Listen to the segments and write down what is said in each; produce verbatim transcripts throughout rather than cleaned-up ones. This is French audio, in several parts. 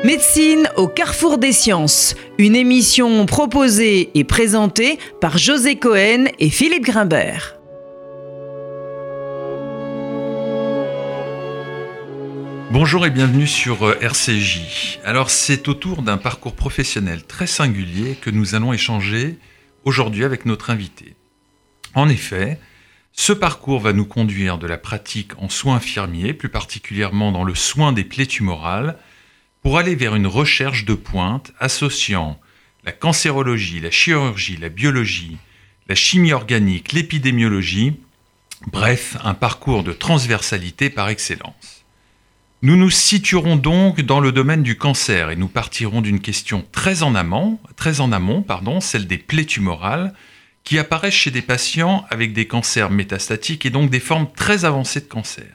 Médecine au carrefour des sciences, une émission proposée et présentée par José Cohen et Philippe Grimbert. Bonjour et bienvenue sur R C J. Alors c'est autour d'un parcours professionnel très singulier que nous allons échanger aujourd'hui avec notre invité. En effet, ce parcours va nous conduire de la pratique en soins infirmiers, plus particulièrement dans le soin des plaies tumorales, pour aller vers une recherche de pointe associant la cancérologie, la chirurgie, la biologie, la chimie organique, l'épidémiologie, bref, un parcours de transversalité par excellence. Nous nous situerons donc dans le domaine du cancer et nous partirons d'une question très en amont, très en amont, pardon, celle des plaies tumorales, qui apparaissent chez des patients avec des cancers métastatiques et donc des formes très avancées de cancer.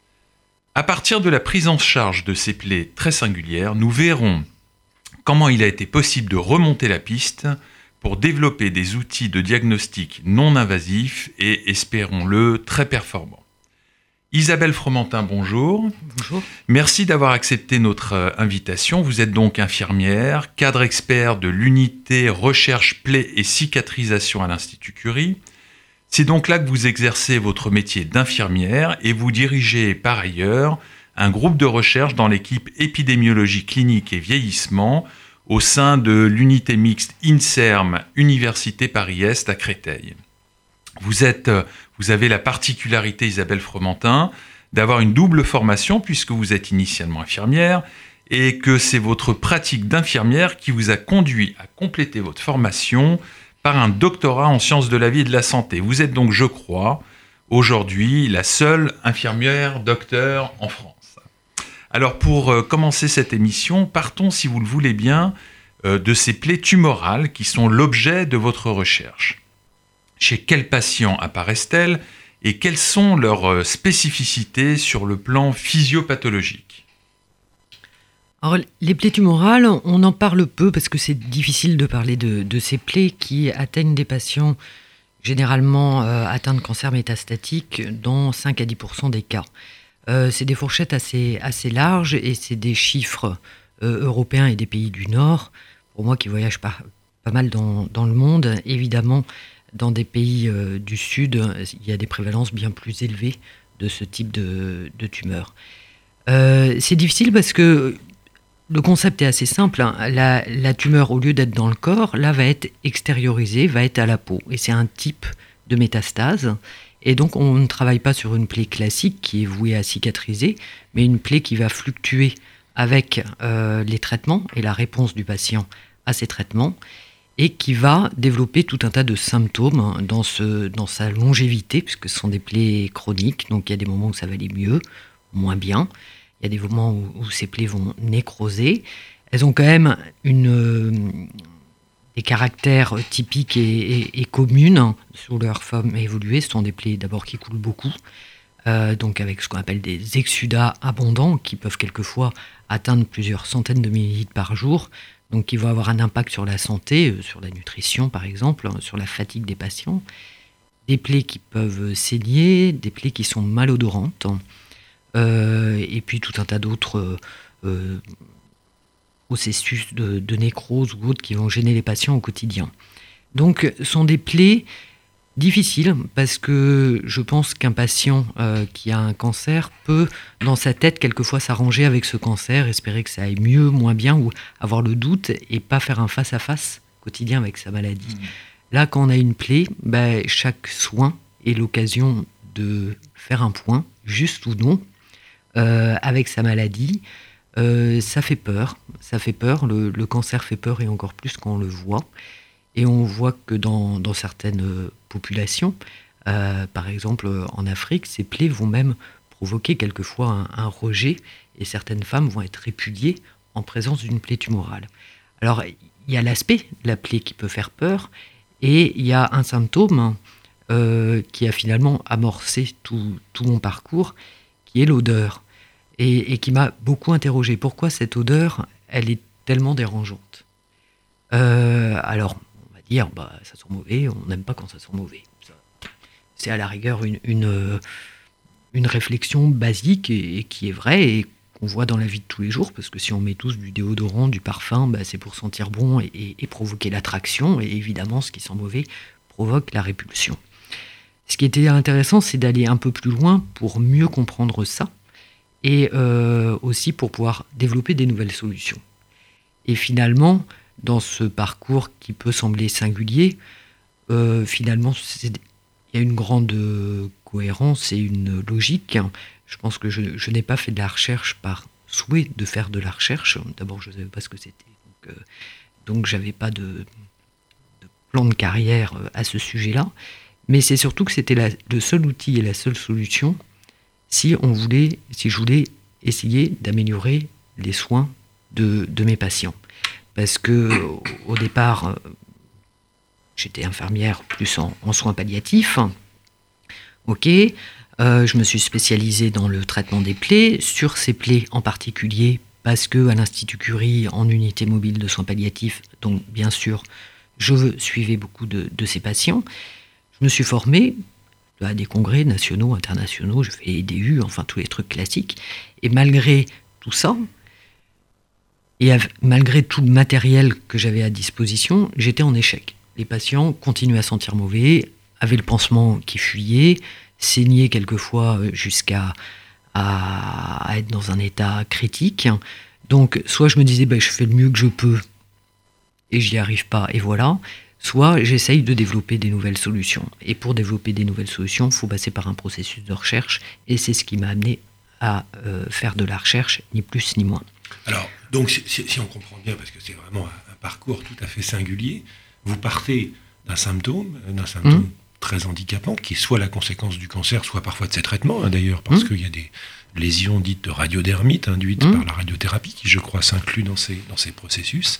À partir de la prise en charge de ces plaies très singulières, nous verrons comment il a été possible de remonter la piste pour développer des outils de diagnostic non invasifs et, espérons-le, très performants. Isabelle Fromentin, bonjour. Bonjour. Merci d'avoir accepté notre invitation. Vous êtes donc infirmière, cadre expert de l'unité recherche plaies et cicatrisation à l'Institut Curie. C'est donc là que vous exercez votre métier d'infirmière et vous dirigez par ailleurs un groupe de recherche dans l'équipe épidémiologie clinique et vieillissement au sein de l'unité mixte INSERM Université Paris-Est à Créteil. Vous êtes, vous avez la particularité, Isabelle Fromentin, d'avoir une double formation puisque vous êtes initialement infirmière et que c'est votre pratique d'infirmière qui vous a conduit à compléter votre formation par un doctorat en sciences de la vie et de la santé. Vous êtes donc, je crois, aujourd'hui la seule infirmière docteur en France. Alors pour euh, commencer cette émission, partons, si vous le voulez bien, euh, de ces plaies tumorales qui sont l'objet de votre recherche. Chez quels patients apparaissent-elles et quelles sont leurs spécificités sur le plan physiopathologique ? Alors, les plaies tumorales, on en parle peu parce que c'est difficile de parler de, de ces plaies qui atteignent des patients généralement euh, atteints de cancer métastatique dans cinq à dix pour cent des cas. Euh, c'est des fourchettes assez, assez larges et c'est des chiffres euh, européens et des pays du Nord. Pour moi qui voyage pas, pas mal dans, dans le monde, évidemment, dans des pays euh, du Sud, il y a des prévalences bien plus élevées de ce type de, de tumeurs. Euh, c'est difficile parce que le concept est assez simple. Hein. La, la tumeur, au lieu d'être dans le corps, là, va être extériorisée, va être à la peau. Et c'est un type de métastase. Et donc, on ne travaille pas sur une plaie classique qui est vouée à cicatriser, mais une plaie qui va fluctuer avec euh, les traitements et la réponse du patient à ces traitements, et qui va développer tout un tas de symptômes dans, ce, dans sa longévité, puisque ce sont des plaies chroniques, donc il y a des moments où ça va aller mieux, moins bien. Il y a des moments où, où ces plaies vont nécroser. Elles ont quand même une, euh, des caractères typiques et, et, et communes sur leur forme évoluée. Ce sont des plaies d'abord qui coulent beaucoup, euh, donc avec ce qu'on appelle des exsudats abondants qui peuvent quelquefois atteindre plusieurs centaines de millilitres par jour, donc qui vont avoir un impact sur la santé, euh, sur la nutrition par exemple, sur la fatigue des patients. Des plaies qui peuvent saigner, des plaies qui sont malodorantes. Euh, et puis tout un tas d'autres euh, processus de, de nécrose ou autres qui vont gêner les patients au quotidien. Donc ce sont des plaies difficiles parce que je pense qu'un patient euh, qui a un cancer peut, dans sa tête, quelquefois s'arranger avec ce cancer, espérer que ça aille mieux, moins bien, ou avoir le doute et pas faire un face-à-face quotidien avec sa maladie. Mmh. Là, quand on a une plaie, bah, chaque soin est l'occasion de faire un point, juste ou non, Euh, avec sa maladie. Euh, ça fait peur, ça fait peur, le, le cancer fait peur et encore plus quand on le voit. Et on voit que dans, dans certaines populations, euh, par exemple en Afrique, ces plaies vont même provoquer quelquefois un, un rejet et certaines femmes vont être répudiées en présence d'une plaie tumorale. Alors, il y a l'aspect de la plaie qui peut faire peur et il y a un symptôme euh, qui a finalement amorcé tout, tout mon parcours, qui est l'odeur. Et, et qui m'a beaucoup interrogé. Pourquoi cette odeur, elle est tellement dérangeante ? euh, Alors, on va dire, bah, ça sent mauvais, on n'aime pas quand ça sent mauvais. Ça, c'est à la rigueur une, une, une réflexion basique et, et qui est vraie. Et qu'on voit dans la vie de tous les jours, parce que si on met tous du déodorant, du parfum, bah, c'est pour sentir bon et, et, et provoquer l'attraction, et évidemment, ce qui sent mauvais provoque la répulsion. Ce qui était intéressant, c'est d'aller un peu plus loin pour mieux comprendre ça, et euh, aussi pour pouvoir développer des nouvelles solutions. Et finalement, dans ce parcours qui peut sembler singulier, euh, finalement, c'est, il y a une grande cohérence et une logique. Je pense que je, je n'ai pas fait de la recherche par souhait de faire de la recherche. D'abord, je ne savais pas ce que c'était. Donc, euh, donc je n'avais pas de, de plan de carrière à ce sujet-là. Mais c'est surtout que c'était la, le seul outil et la seule solution si, on voulait, si je voulais essayer d'améliorer les soins de, de mes patients. Parce que au départ, euh, j'étais infirmière plus en, en soins palliatifs. Ok. Euh, je me suis spécialisée dans le traitement des plaies, sur ces plaies en particulier, parce que à l'Institut Curie, en unité mobile de soins palliatifs, donc bien sûr, je suivais beaucoup de, de ces patients. Je me suis formée à des congrès nationaux, internationaux, je fais E D U, enfin tous les trucs classiques. Et malgré tout ça, et malgré tout le matériel que j'avais à disposition, j'étais en échec. Les patients continuaient à sentir mauvais, avaient le pansement qui fuyait, saignaient quelquefois jusqu'à à, à être dans un état critique. Donc, soit je me disais, ben, je fais le mieux que je peux et j'y arrive pas, et voilà. Soit j'essaye de développer des nouvelles solutions. Et pour développer des nouvelles solutions, il faut passer par un processus de recherche, et c'est ce qui m'a amené à euh, faire de la recherche, ni plus ni moins. Alors, donc, si, si on comprend bien, parce que c'est vraiment un, un parcours tout à fait singulier, vous partez d'un symptôme, d'un symptôme mmh. très handicapant, qui est soit la conséquence du cancer, soit parfois de ses traitements, hein, d'ailleurs, parce mmh. qu'il y a des lésions dites de radiodermite, induites mmh. par la radiothérapie, qui, je crois, s'inclut dans ces, dans ces processus.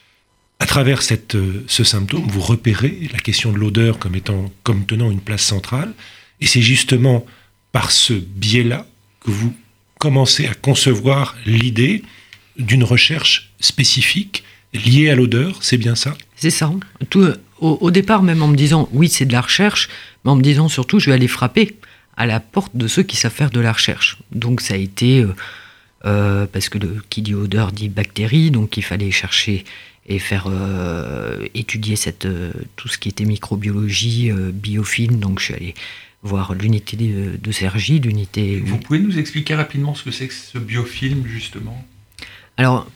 À travers cette, ce symptôme, vous repérez la question de l'odeur comme, étant, comme tenant une place centrale, et c'est justement par ce biais-là que vous commencez à concevoir l'idée d'une recherche spécifique liée à l'odeur, c'est bien ça ? C'est ça. Tout, au, au départ, même en me disant, oui, c'est de la recherche, mais en me disant surtout, je vais aller frapper à la porte de ceux qui savent faire de la recherche. Donc ça a été, euh, euh, parce que le, qui dit odeur dit bactéries, donc il fallait chercher et faire euh, étudier cette, euh, tout ce qui était microbiologie, euh, biofilm, donc je suis allé voir l'unité de, de Cergy, l'unité... Vous pouvez nous expliquer rapidement ce que c'est que ce biofilm, justement ? Alors,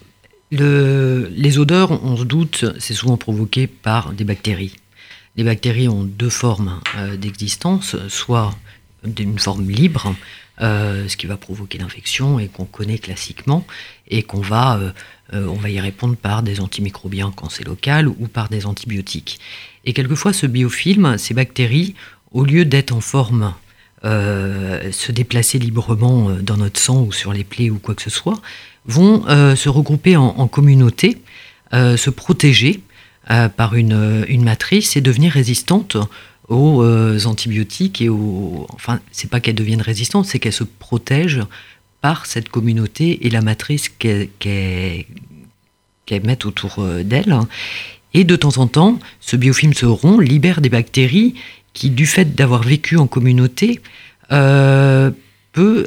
le, les odeurs, on se doute, c'est souvent provoqué par des bactéries. Les bactéries ont deux formes euh, d'existence, soit d'une forme libre, euh, ce qui va provoquer l'infection et qu'on connaît classiquement, et qu'on va, euh, euh, on va y répondre par des antimicrobiens quand c'est local ou par des antibiotiques. Et quelquefois, ce biofilm, ces bactéries, au lieu d'être en forme, euh, se déplacer librement dans notre sang ou sur les plaies ou quoi que ce soit, vont euh, se regrouper en, en communauté, euh, se protéger euh, par une, une matrice et devenir résistantes aux euh, antibiotiques et aux... Enfin, c'est pas qu'elles deviennent résistantes, c'est qu'elles se protègent par cette communauté et la matrice qu'elles, qu'elles, qu'elles mettent autour d'elles. Et de temps en temps, ce biofilm se rompt, libère des bactéries qui, du fait d'avoir vécu en communauté, euh, peut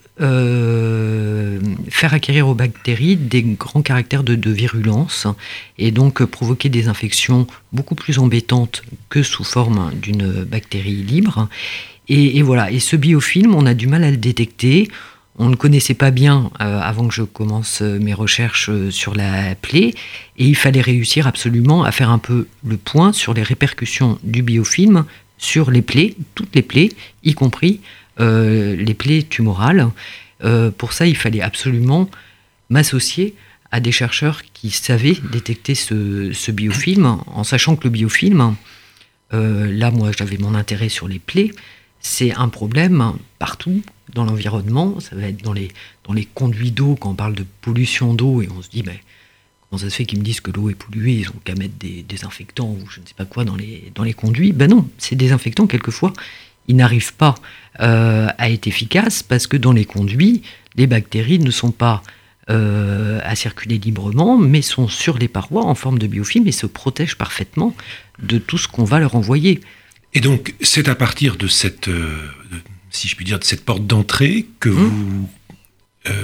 euh, faire acquérir aux bactéries des grands caractères de, de virulence et donc euh, provoquer des infections beaucoup plus embêtantes que sous forme d'une bactérie libre. Et, et voilà. Et ce biofilm, on a du mal à le détecter. On ne le connaissait pas bien euh, avant que je commence mes recherches sur la plaie, et il fallait réussir absolument à faire un peu le point sur les répercussions du biofilm sur les plaies, toutes les plaies, y compris euh, les plaies tumorales. Euh, pour ça, il fallait absolument m'associer à des chercheurs qui savaient détecter ce, ce biofilm, en sachant que le biofilm, euh, là, moi, j'avais mon intérêt sur les plaies, c'est un problème partout dans l'environnement. Ça va être dans les, dans les conduits d'eau, quand on parle de pollution d'eau, et on se dit, mais comment ça se fait qu'ils me disent que l'eau est polluée, ils ont qu'à mettre des désinfectants ou je ne sais pas quoi dans les, dans les conduits. Ben non, ces désinfectants, quelquefois, ils n'arrivent pas euh, à être efficaces parce que dans les conduits, les bactéries ne sont pas euh, à circuler librement, mais sont sur les parois en forme de biofilm et se protègent parfaitement de tout ce qu'on va leur envoyer. Et donc, c'est à partir de cette, euh, si je puis dire, de cette porte d'entrée que mmh. vous euh,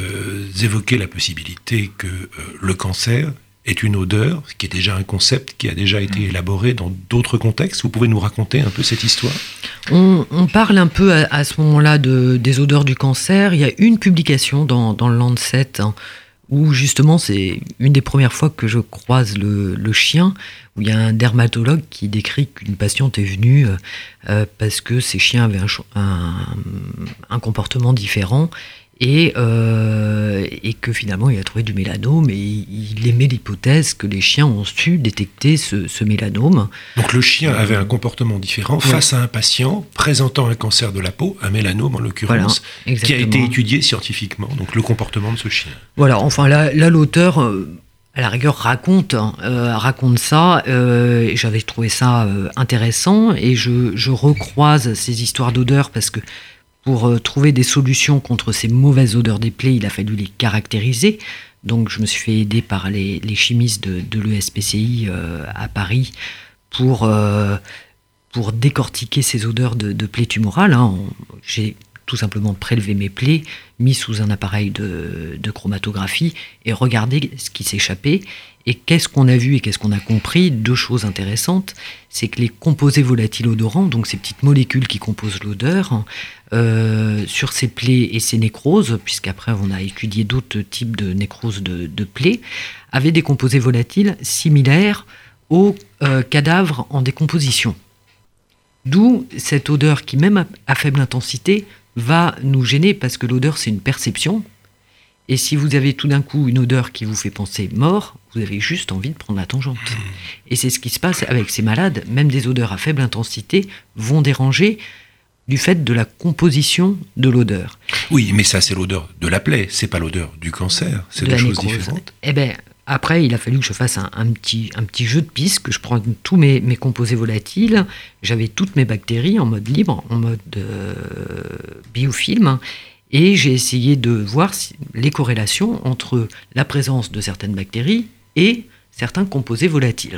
évoquez la possibilité que euh, le cancer est une odeur, qui est déjà un concept qui a déjà été élaboré dans d'autres contextes. Vous pouvez nous raconter un peu cette histoire ? On, on parle un peu à, à ce moment-là de, des odeurs du cancer. Il y a une publication dans, dans le Lancet, hein, où justement c'est une des premières fois que je croise le, le chien, où il y a un dermatologue qui décrit qu'une patiente est venue euh, parce que ses chiens avaient un, un, un comportement différent. Et, euh, et que finalement il a trouvé du mélanome et il émet l'hypothèse que les chiens ont su détecter ce, ce mélanome. Donc le chien avait un comportement différent ouais. face à un patient présentant un cancer de la peau, un mélanome en l'occurrence, voilà, qui a été étudié scientifiquement, donc le comportement de ce chien. Voilà, enfin là, là l'auteur, euh, à la rigueur, raconte, euh, raconte ça, euh, et j'avais trouvé ça euh, intéressant, et je, je recroise ces histoires d'odeurs parce que pour euh, trouver des solutions contre ces mauvaises odeurs des plaies, il a fallu les caractériser. Donc je me suis fait aider par les, les chimistes de, de l'E S P C I euh, à Paris pour, euh, pour décortiquer ces odeurs de, de plaies tumorales. Hein. J'ai tout simplement prélevé mes plaies, mis sous un appareil de, de chromatographie et regardé ce qui s'échappait. Et qu'est-ce qu'on a vu et qu'est-ce qu'on a compris ? Deux choses intéressantes, c'est que les composés volatiles odorants, donc ces petites molécules qui composent l'odeur, euh, sur ces plaies et ces nécroses, puisqu'après on a étudié d'autres types de nécroses de, de plaies, avaient des composés volatiles similaires aux euh, cadavres en décomposition. D'où cette odeur qui, même à, à faible intensité, va nous gêner, parce que l'odeur c'est une perception. Et si vous avez tout d'un coup une odeur qui vous fait penser mort, vous avez juste envie de prendre la tangente. Et c'est ce qui se passe avec ces malades. Même des odeurs à faible intensité vont déranger du fait de la composition de l'odeur. Oui, mais ça, c'est l'odeur de la plaie, c'est pas l'odeur du cancer, c'est deux choses différentes. Eh bien, après, il a fallu que je fasse un, un, petit, un petit jeu de piste, que je prenne tous mes, mes composés volatiles. J'avais toutes mes bactéries en mode libre, en mode euh, biofilm. Et j'ai essayé de voir si, les corrélations entre la présence de certaines bactéries et certains composés volatiles.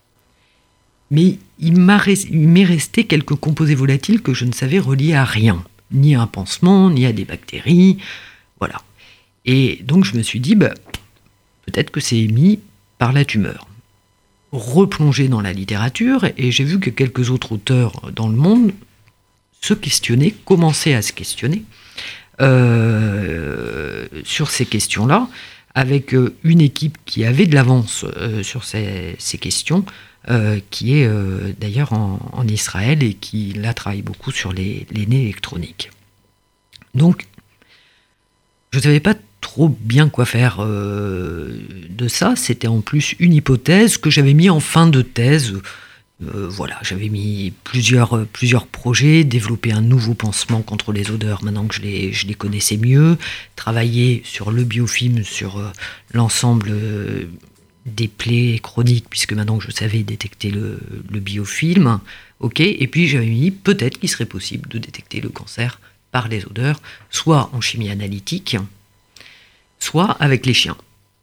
Mais il, m'a, il m'est resté quelques composés volatiles que je ne savais reliés à rien, ni à un pansement, ni à des bactéries, voilà. Et donc je me suis dit, bah, peut-être que c'est émis par la tumeur. Replongé dans la littérature, et j'ai vu que quelques autres auteurs dans le monde se questionnaient, commençaient à se questionner, Euh, sur ces questions-là, avec euh, une équipe qui avait de l'avance euh, sur ces, ces questions, euh, qui est euh, d'ailleurs en, en Israël et qui là travaille beaucoup sur les, les nez électroniques. Donc, je ne savais pas trop bien quoi faire euh, de ça. C'était en plus une hypothèse que j'avais mis en fin de thèse. Euh, voilà, j'avais mis plusieurs, euh, plusieurs projets, développé un nouveau pansement contre les odeurs maintenant que je les, je les connaissais mieux, travailler sur le biofilm, sur euh, l'ensemble euh, des plaies chroniques, puisque maintenant que je savais détecter le, le biofilm, ok, et puis j'avais mis peut-être qu'il serait possible de détecter le cancer par les odeurs, soit en chimie analytique, soit avec les chiens.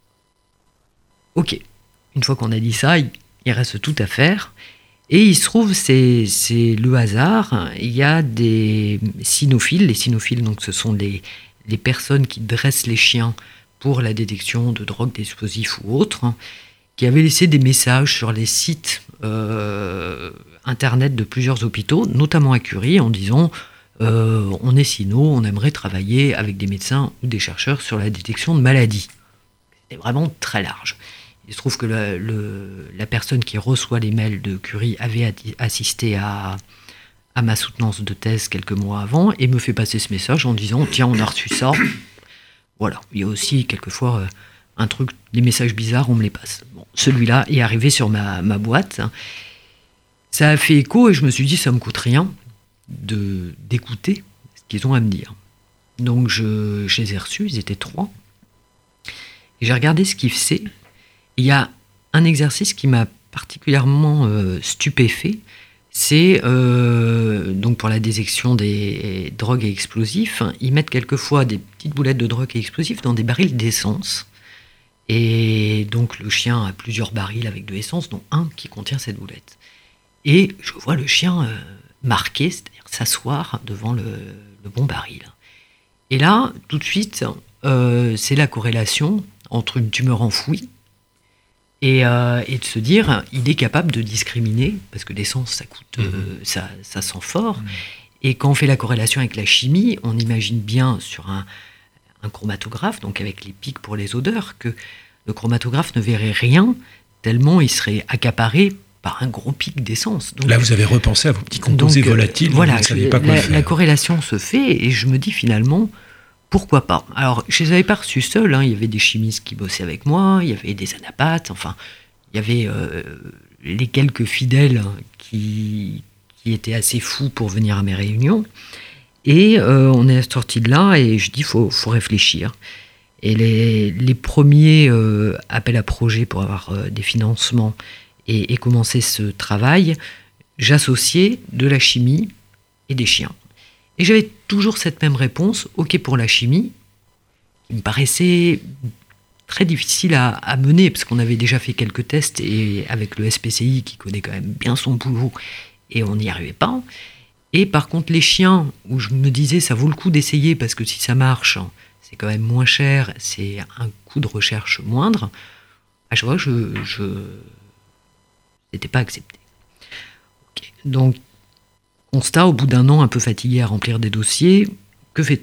Ok, une fois qu'on a dit ça, il, il reste tout à faire. Et il se trouve, c'est, c'est le hasard, il y a des cynophiles. Les cynophiles, donc, ce sont les, les personnes qui dressent les chiens pour la détection de drogues, d'explosifs ou autres, qui avaient laissé des messages sur les sites euh, internet de plusieurs hôpitaux, notamment à Curie, en disant euh, « on est cyno, on aimerait travailler avec des médecins ou des chercheurs sur la détection de maladies ». C'était vraiment très large. Il se trouve que le, le, la personne qui reçoit les mails de Curie avait assisté à, à ma soutenance de thèse quelques mois avant et me fait passer ce message en disant « Tiens, on a reçu ça ». Voilà, il y a aussi quelquefois euh, un truc, les messages bizarres, on me les passe. Bon, celui-là est arrivé sur ma, ma boîte. Ça a fait écho et je me suis dit « Ça ne me coûte rien de, d'écouter ce qu'ils ont à me dire ». Donc je, je les ai reçus, ils étaient trois. Et j'ai regardé ce qu'ils faisaient. Il y a un exercice qui m'a particulièrement euh, stupéfait, c'est euh, donc pour la détection des drogues et explosifs, ils mettent quelquefois des petites boulettes de drogue et explosifs dans des barils d'essence. Et donc le chien a plusieurs barils avec de l'essence, dont un qui contient cette boulette. Et je vois le chien euh, marquer, c'est-à-dire s'asseoir devant le, le bon baril. Et là, tout de suite, euh, c'est la corrélation entre une tumeur enfouie et, euh, et de se dire, il est capable de discriminer, parce que l'essence, ça coûte, euh, ça, ça sent fort. Mmh. Et quand on fait la corrélation avec la chimie, on imagine bien sur un, un chromatographe, donc avec les pics pour les odeurs, que le chromatographe ne verrait rien, tellement il serait accaparé par un gros pic d'essence. Donc, là, vous avez repensé à vos petits composés donc, volatiles, euh, voilà, vous ne saviez pas quoi la, faire. La corrélation se fait, et je me dis finalement, pourquoi pas ? Alors, je ne les avais pas reçus seuls, hein. Il y avait des chimistes qui bossaient avec moi, il y avait des anapathes, enfin, il y avait euh, les quelques fidèles qui... qui était assez fou pour venir à mes réunions. Et euh, on est sorti de là et je dis, il faut, faut réfléchir. Et les, les premiers euh, appels à projets pour avoir euh, des financements et, et commencer ce travail, j'associais de la chimie et des chiens. Et j'avais toujours cette même réponse, ok pour la chimie, qui me paraissait très difficile à, à mener, parce qu'on avait déjà fait quelques tests, et avec le S P C I qui connaît quand même bien son boulot, et on n'y arrivait pas. Et par contre, les chiens, où je me disais, ça vaut le coup d'essayer, parce que si ça marche, c'est quand même moins cher, c'est un coût de recherche moindre. À chaque fois, je, je... n'était pas accepté. Okay. Donc, constat, au bout d'un an, un peu fatigué à remplir des dossiers, que fait-on ?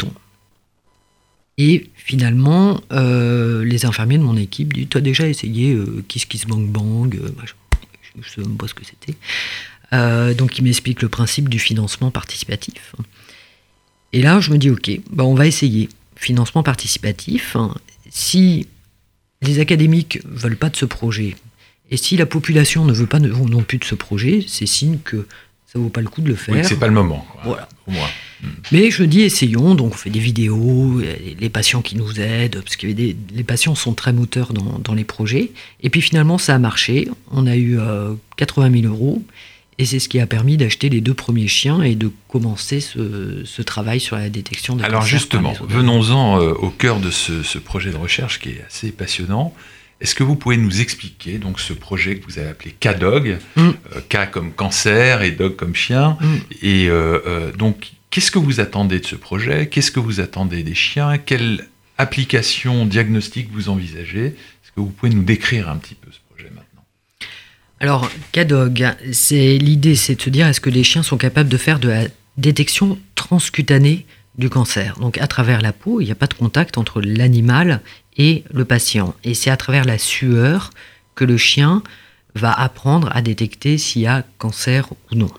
Et finalement, euh, les infirmiers de mon équipe disent, tu as déjà essayé euh, Kiss Kiss Bang Bang, euh, je ne sais même pas ce que c'était. Euh, donc il m'explique le principe du financement participatif. Et là, je me dis, ok, bah on va essayer. Financement participatif, hein, si les académiques ne veulent pas de ce projet, et si la population ne veut pas non plus de ce projet, c'est signe que ça ne vaut pas le coup de le faire. Oui, que ce n'est pas le moment, quoi, voilà. Au moins. Mmh. Mais je dis, essayons, donc on fait des vidéos, les patients qui nous aident, parce que des, les patients sont très moteurs dans, dans les projets. Et puis finalement, ça a marché. On a eu euh, quatre-vingt mille euros. Et c'est ce qui a permis d'acheter les deux premiers chiens et de commencer ce, ce travail sur la détection de Alors cancer. justement, venons-en euh, au cœur de ce, ce projet de recherche qui est assez passionnant. Est-ce que vous pouvez nous expliquer donc ce projet que vous avez appelé K-Dog, mm. euh, K comme cancer et Dog comme chien, mm. et euh, euh, donc qu'est-ce que vous attendez de ce projet ? Qu'est-ce que vous attendez des chiens ? Quelle application diagnostique vous envisagez ? Est-ce que vous pouvez nous décrire un petit peu ce projet maintenant ? Alors, K-Dog, c'est, l'idée c'est de se dire, est-ce que les chiens sont capables de faire de la détection transcutanée du cancer ? Donc à travers la peau, il n'y a pas de contact entre l'animal et le patient. Et c'est à travers la sueur que le chien va apprendre à détecter s'il y a cancer ou non.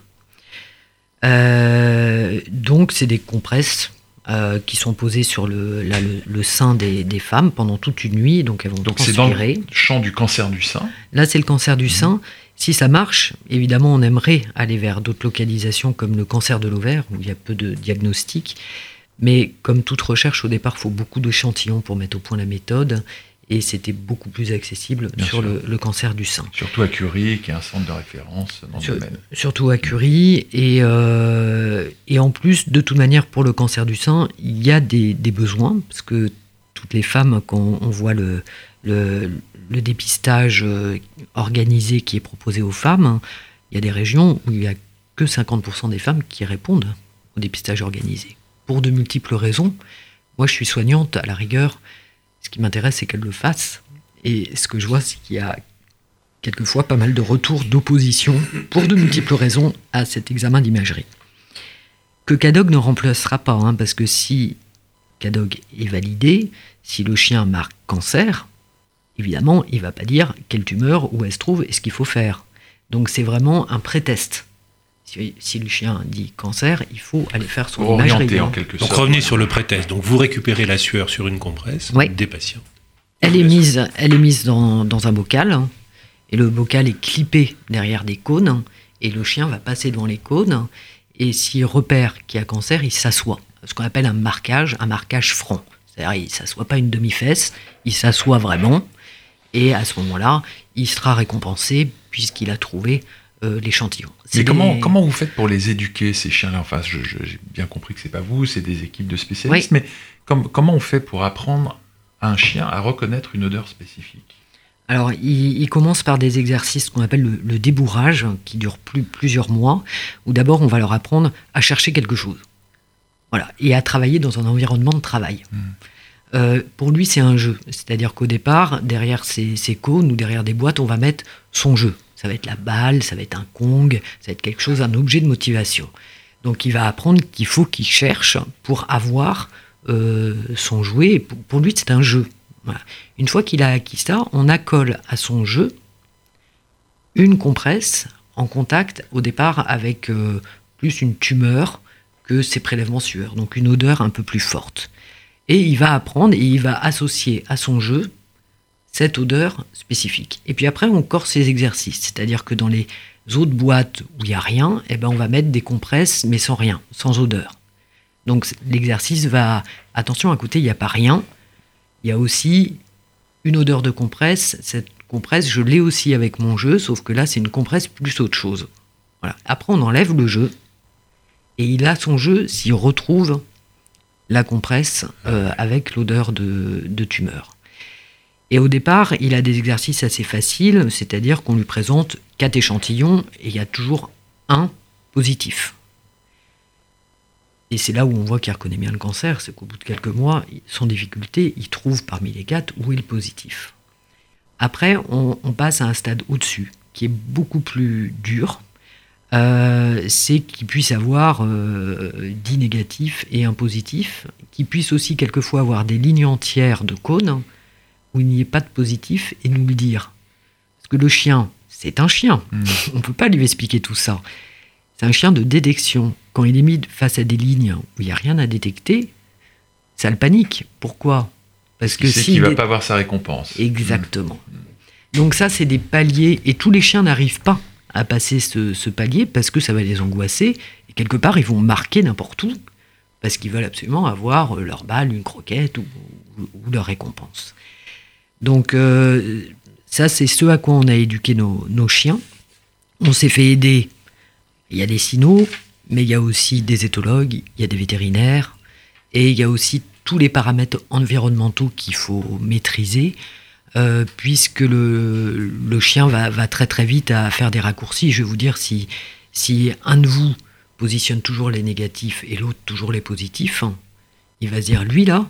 Euh, donc c'est des compresses euh, qui sont posées sur le, là, le, le sein des, des femmes pendant toute une nuit, donc elles vont donc transpirer. Donc c'est dans le champ du cancer du sein. Là c'est le cancer du mmh. sein. Si ça marche, évidemment on aimerait aller vers d'autres localisations comme le cancer de l'ovaire, où il y a peu de diagnostics. Mais comme toute recherche, au départ, il faut beaucoup d'échantillons pour mettre au point la méthode. Et c'était beaucoup plus accessible Bien sur le, le cancer du sein. Surtout à Curie, qui est un centre de référence dans sur, le domaine. Surtout à Curie. Et, euh, et en plus, de toute manière, pour le cancer du sein, il y a des, des besoins. Parce que toutes les femmes, quand on voit le, le, le dépistage organisé qui est proposé aux femmes, il y a des régions où il n'y a que cinquante pour cent des femmes qui répondent au dépistage organisé. Pour de multiples raisons. Moi, je suis soignante, à la rigueur. Ce qui m'intéresse, c'est qu'elle le fasse. Et ce que je vois, c'est qu'il y a quelquefois pas mal de retours d'opposition, pour de multiples raisons, à cet examen d'imagerie. Que K-Dog ne remplacera pas, hein, parce que si K-Dog est validé, si le chien marque cancer, évidemment, il ne va pas dire quelle tumeur, où elle se trouve et ce qu'il faut faire. Donc c'est vraiment un pré-test. Si, si le chien dit cancer, il faut aller faire son orienté imagerie. En quelque Donc sorte. revenez sur le pré-test. Donc vous récupérez la sueur sur une compresse ouais. des patients. Elle est mise, elle est mise dans, dans un bocal, hein, et le bocal est clippé derrière des cônes, et le chien va passer devant les cônes, et s'il repère qu'il y a cancer, il s'assoit. Ce qu'on appelle un marquage, un marquage franc. C'est-à-dire il ne s'assoit pas une demi-fesse, il s'assoit vraiment, et à ce moment-là, il sera récompensé puisqu'il a trouvé Euh, l'échantillon. C'est Mais des... comment, comment vous faites pour les éduquer, ces chiens-là ? Enfin, je, je, j'ai bien compris que c'est pas vous, c'est des équipes de spécialistes, oui. mais com- comment on fait pour apprendre à un chien à reconnaître une odeur spécifique ? Alors, il, il commence par des exercices qu'on appelle le, le débourrage, qui dure plus, plusieurs mois, où d'abord on va leur apprendre à chercher quelque chose. Voilà, et à travailler dans un environnement de travail. Mmh. euh, pour lui, c'est un jeu. C'est-à-dire qu'au départ, derrière ces, ces cônes ou derrière des boîtes, on va mettre son jeu. Ça va être la balle, ça va être un Kong, ça va être quelque chose, un objet de motivation. Donc il va apprendre qu'il faut qu'il cherche pour avoir euh, son jouet. Pour, pour lui, c'est un jeu. Voilà. Une fois qu'il a acquis ça, on accole à son jeu une compresse en contact au départ avec euh, plus une tumeur que ses prélèvements sueur, donc une odeur un peu plus forte. Et il va apprendre et il va associer à son jeu cette odeur spécifique. Et puis après, on corse les exercices, c'est-à-dire que dans les autres boîtes où il n'y a rien, eh ben on va mettre des compresses mais sans rien, sans odeur. Donc l'exercice va, attention, à côté, il n'y a pas rien, il y a aussi une odeur de compresse. Cette compresse, je l'ai aussi avec mon jeu, sauf que là, c'est une compresse plus autre chose. Voilà. Après, on enlève le jeu, et il a son jeu s'il retrouve la compresse euh, avec l'odeur de, de tumeur. Et au départ, il a des exercices assez faciles, c'est-à-dire qu'on lui présente quatre échantillons, et il y a toujours un positif. Et c'est là où on voit qu'il reconnaît bien le cancer, c'est qu'au bout de quelques mois, sans difficulté, il trouve parmi les quatre où est le positif. Après, on, on passe à un stade au-dessus, qui est beaucoup plus dur. Euh, c'est qu'il puisse avoir euh, dix négatifs et un positif, qu'il puisse aussi quelquefois avoir des lignes entières de cônes où il n'y ait pas de positif et nous le dire. Parce que le chien, c'est un chien. Mmh. On ne peut pas lui expliquer tout ça. C'est un chien de détection. Quand il est mis face à des lignes où il n'y a rien à détecter, ça le panique. Pourquoi ? Parce qu'il sait qu'il ne va pas avoir sa récompense. Exactement. Mmh. Donc ça, c'est des paliers. Et tous les chiens n'arrivent pas à passer ce, ce palier parce que ça va les angoisser. Et quelque part, ils vont marquer n'importe où parce qu'ils veulent absolument avoir leur balle, une croquette ou, ou, ou leur récompense. Donc euh, ça, c'est ce à quoi on a éduqué nos, nos chiens. On s'est fait aider. Il y a des cynos, mais il y a aussi des éthologues, il y a des vétérinaires, et il y a aussi tous les paramètres environnementaux qu'il faut maîtriser, euh, puisque le, le chien va, va très très vite à faire des raccourcis. Je vais vous dire, si, si un de vous positionne toujours les négatifs et l'autre toujours les positifs, hein, il va se dire, lui là,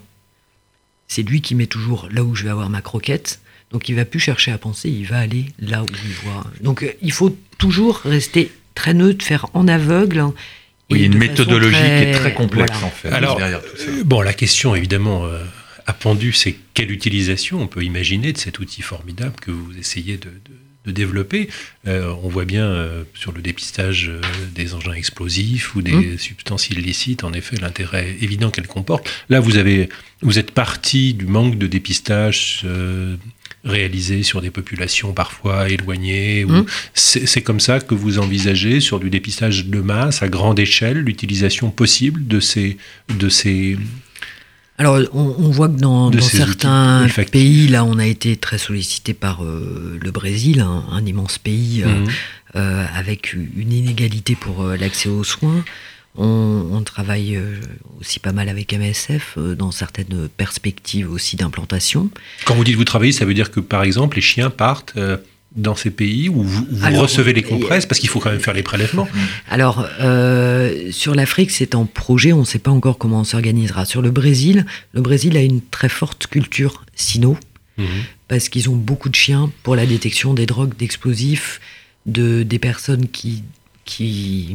c'est lui qui met toujours là où je vais avoir ma croquette, donc il ne va plus chercher à penser, il va aller là où il voit. Donc euh, il faut toujours rester très neutre, faire en aveugle. Hein, oui, il y a une méthodologie très... qui est très complexe voilà. en fait. Alors, derrière tout ça. Euh, bon, la question évidemment euh, appendue, c'est quelle utilisation on peut imaginer de cet outil formidable que vous essayez de, de, de développer. Euh, on voit bien euh, sur le dépistage euh, des engins explosifs ou des mmh. substances illicites, en effet, l'intérêt évident qu'elles comportent. Là, vous avez, vous êtes parti du manque de dépistage. Euh, réalisé sur des populations parfois éloignées. Ou... Mmh. C'est, c'est comme ça que vous envisagez, sur du dépistage de masse, à grande échelle, l'utilisation possible de ces... De ces... Alors, on, on voit que dans, dans certains pays, là, on a été très sollicité par euh, le Brésil, un, un immense pays, euh, mmh. euh, avec une inégalité pour euh, l'accès aux soins. On, on travaille aussi pas mal avec M S F dans certaines perspectives aussi d'implantation. Quand vous dites vous travaillez, ça veut dire que par exemple les chiens partent dans ces pays où vous, vous Alors, recevez les compresses, parce qu'il faut quand même faire les prélèvements. Alors euh, sur l'Afrique c'est en projet, on ne sait pas encore comment on s'organisera. Sur le Brésil, le Brésil a une très forte culture cyno, mmh. parce qu'ils ont beaucoup de chiens pour la détection des drogues, d'explosifs, de, des personnes qui... qui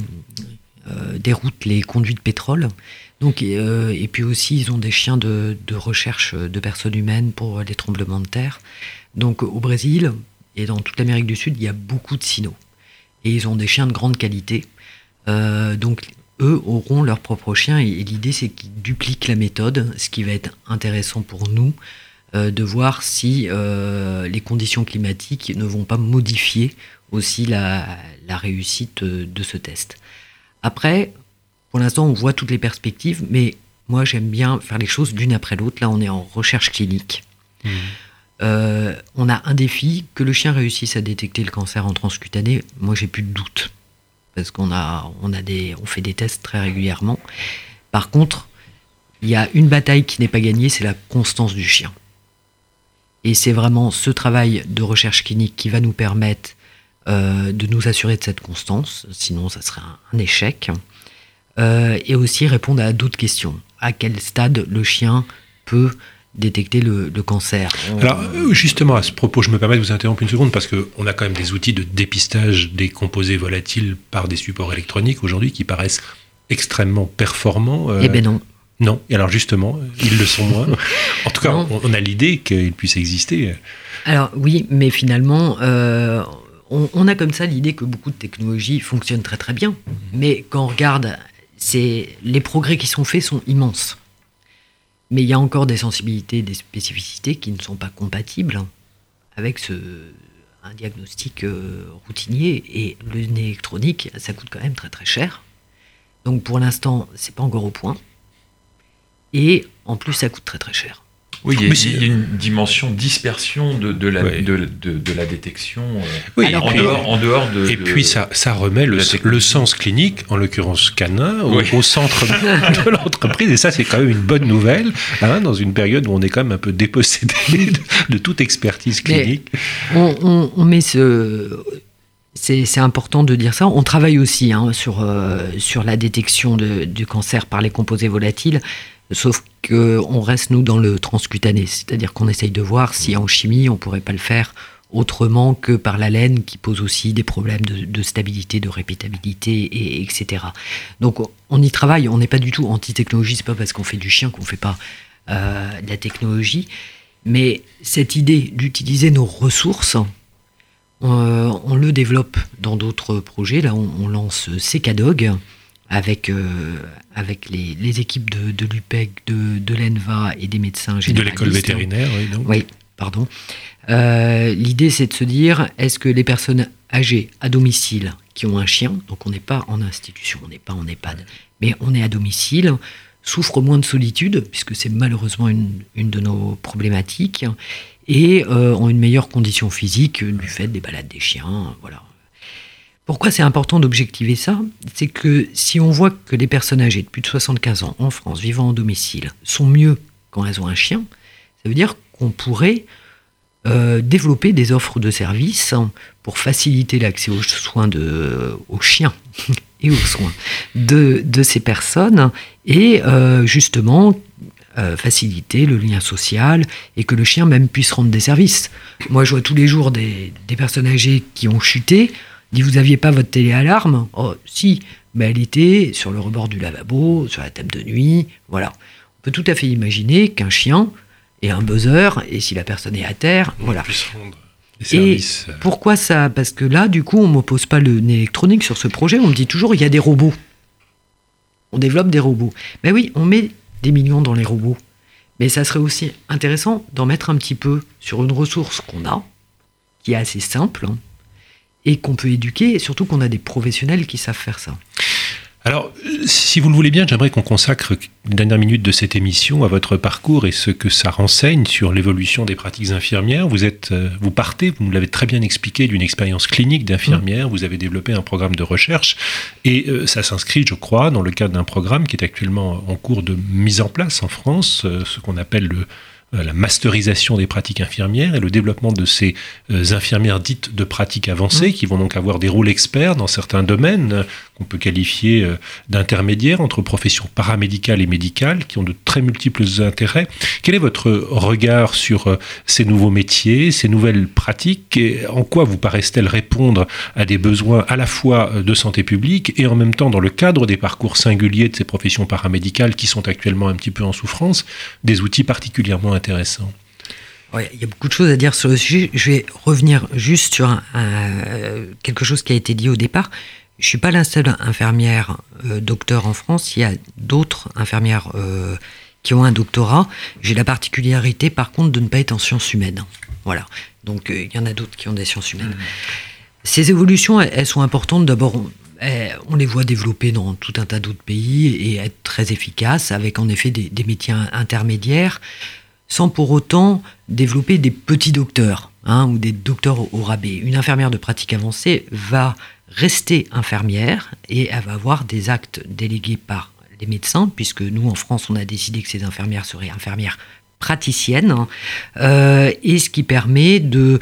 Euh, déroutent les conduits de pétrole. Donc, euh, et puis aussi, ils ont des chiens de, de recherche de personnes humaines pour les tremblements de terre. Donc, au Brésil et dans toute l'Amérique du Sud, il y a beaucoup de cynos. Et ils ont des chiens de grande qualité. Euh, donc, eux auront leurs propres chiens. Et, et l'idée, c'est qu'ils dupliquent la méthode, ce qui va être intéressant pour nous, euh, de voir si euh, les conditions climatiques ne vont pas modifier aussi la, la réussite de ce test. Après, pour l'instant, on voit toutes les perspectives, mais moi, j'aime bien faire les choses l'une après l'autre. Là, on est en recherche clinique. Mmh. Euh, on a un défi, que le chien réussisse à détecter le cancer en transcutané. Moi, j'ai plus de doute, parce qu'on a, on a des, on fait des tests très régulièrement. Par contre, il y a une bataille qui n'est pas gagnée, c'est la constance du chien. Et c'est vraiment ce travail de recherche clinique qui va nous permettre Euh, de nous assurer de cette constance, sinon ça serait un, un échec, euh, et aussi répondre à d'autres questions. À quel stade le chien peut détecter le, le cancer. On... Alors, justement, à ce propos, je me permets de vous interrompre une seconde parce qu'on a quand même des outils de dépistage des composés volatiles par des supports électroniques aujourd'hui qui paraissent extrêmement performants. Euh... Eh bien non. Non, et alors justement, ils le sont moins. En tout cas, on, on a l'idée qu'ils puissent exister. Alors oui, mais finalement, euh, on, on a comme ça l'idée que beaucoup de technologies fonctionnent très très bien. Mais quand on regarde, c'est, les progrès qui sont faits sont immenses. Mais il y a encore des sensibilités, des spécificités qui ne sont pas compatibles avec ce, un diagnostic euh, routinier. Et le nez électronique, ça coûte quand même très très cher. Donc pour l'instant, c'est pas encore au point. Et en plus, ça coûte très très cher. Oui, il y, a, il y a une dimension dispersion de, de, la, ouais. de, de, de la détection oui, en, puis, dehors, en dehors de... Et de, puis ça, ça remet le, le sens clinique, en l'occurrence canin, au, oui. au centre de l'entreprise. Et ça, c'est quand même une bonne nouvelle, hein, dans une période où on est quand même un peu dépossédé de, de toute expertise clinique. On, on, on met ce... C'est, c'est important de dire ça. On travaille aussi hein, sur, euh, sur la détection de, du cancer par les composés volatiles. Sauf qu'on reste, nous, dans le transcutané. C'est-à-dire qu'on essaye de voir si en chimie, on ne pourrait pas le faire autrement que par la laine, qui pose aussi des problèmes de, de stabilité, de répétabilité, et, etc. Donc, on y travaille. On n'est pas du tout anti-technologie. Ce n'est pas parce qu'on fait du chien qu'on ne fait pas euh, de la technologie. Mais cette idée d'utiliser nos ressources, euh, on le développe dans d'autres projets. Là, on, on lance CECADOG, avec, euh, avec les, les équipes de, de l'U P E C, de, de l'E N V A et des médecins généralistes. De l'école vétérinaire, oui. Donc. Oui, pardon. Euh, l'idée, c'est de se dire, est-ce que les personnes âgées à domicile qui ont un chien, donc on n'est pas en institution, on n'est pas en EHPAD, mais on est à domicile, souffrent moins de solitude, puisque c'est malheureusement une, une de nos problématiques, et euh, ont une meilleure condition physique du fait des balades des chiens, voilà. Pourquoi c'est important d'objectiver ça ? C'est que si on voit que les personnes âgées de plus de soixante-quinze ans en France, vivant en domicile, sont mieux quand elles ont un chien, ça veut dire qu'on pourrait euh, développer des offres de services pour faciliter l'accès aux soins de, aux chiens et aux soins de, de ces personnes et euh, justement euh, faciliter le lien social et que le chien même puisse rendre des services. Moi, je vois tous les jours des, des personnes âgées qui ont chuté. Dit, vous n'aviez pas votre télé-alarme ? Oh, si, mais elle était sur le rebord du lavabo, sur la table de nuit, voilà. On peut tout à fait imaginer qu'un chien ait un buzzer, et si la personne est à terre, on voilà. puisse rendre des services. Et pourquoi ça ? Parce que là, du coup, on ne m'oppose pas le nez électronique sur ce projet, on me dit toujours, il y a des robots. On développe des robots. Ben oui, on met des millions dans les robots. Mais ça serait aussi intéressant d'en mettre un petit peu sur une ressource qu'on a, qui est assez simple, hein, et qu'on peut éduquer, et surtout qu'on a des professionnels qui savent faire ça. Alors, si vous le voulez bien, j'aimerais qu'on consacre une dernière minute de cette émission à votre parcours et ce que ça renseigne sur l'évolution des pratiques infirmières. Vous êtes, vous partez, vous nous l'avez très bien expliqué, d'une expérience clinique d'infirmière. Mmh. Vous avez développé un programme de recherche et euh, ça s'inscrit, je crois, dans le cadre d'un programme qui est actuellement en cours de mise en place en France, euh, ce qu'on appelle le la masterisation des pratiques infirmières et le développement de ces euh, infirmières dites de pratiques avancées, mmh. qui vont donc avoir des rôles experts dans certains domaines euh, qu'on peut qualifier euh, d'intermédiaires entre professions paramédicales et médicales, qui ont de très multiples intérêts. Quel est votre regard sur euh, ces nouveaux métiers, ces nouvelles pratiques, et en quoi vous paraissent-elles répondre à des besoins à la fois de santé publique et en même temps, dans le cadre des parcours singuliers de ces professions paramédicales qui sont actuellement un petit peu en souffrance, des outils particulièrement intéressant. Ouais, il y a beaucoup de choses à dire sur le sujet. Je vais revenir juste sur un, un, quelque chose qui a été dit au départ. Je ne suis pas la seule infirmière euh, docteur en France. Il y a d'autres infirmières euh, qui ont un doctorat. J'ai la particularité, par contre, de ne pas être en sciences humaines. Voilà. Donc, euh, il y en a d'autres qui ont des sciences humaines. Mmh. Ces évolutions, elles, elles sont importantes. D'abord, on, elles, on les voit développer dans tout un tas d'autres pays et être très efficaces, avec en effet des, des métiers intermédiaires, sans pour autant développer des petits docteurs, hein, ou des docteurs au rabais. Une infirmière de pratique avancée va rester infirmière et elle va avoir des actes délégués par les médecins, puisque nous, en France, on a décidé que ces infirmières seraient infirmières praticiennes, hein, euh, et ce qui permet de...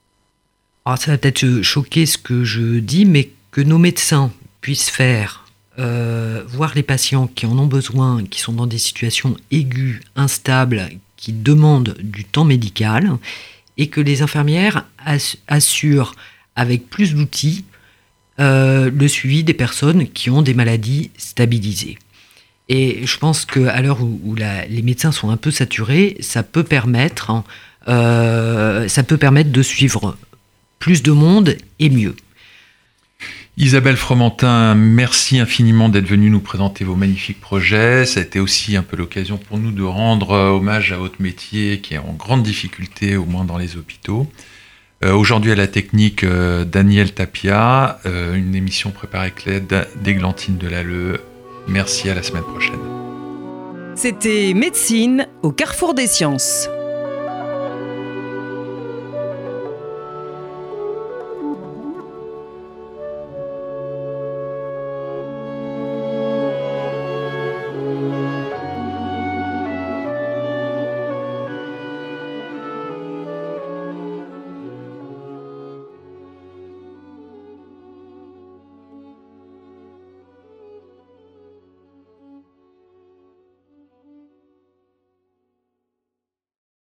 Alors ça va peut-être choquer ce que je dis, mais que nos médecins puissent faire euh, voir les patients qui en ont besoin, qui sont dans des situations aiguës, instables, qui demandent du temps médical, et que les infirmières ass- assurent avec plus d'outils euh, le suivi des personnes qui ont des maladies stabilisées. Et je pense qu'à l'heure où, où la, les médecins sont un peu saturés, ça peut permettre, euh, ça peut permettre de suivre plus de monde et mieux. Isabelle Fromentin, merci infiniment d'être venue nous présenter vos magnifiques projets. Ça a été aussi un peu l'occasion pour nous de rendre hommage à votre métier qui est en grande difficulté, au moins dans les hôpitaux. Euh, aujourd'hui à la technique, euh, Daniel Tapia, euh, une émission préparée avec l'aide d'Églantine Delalleux. Merci, à la semaine prochaine. C'était Médecine au carrefour des sciences.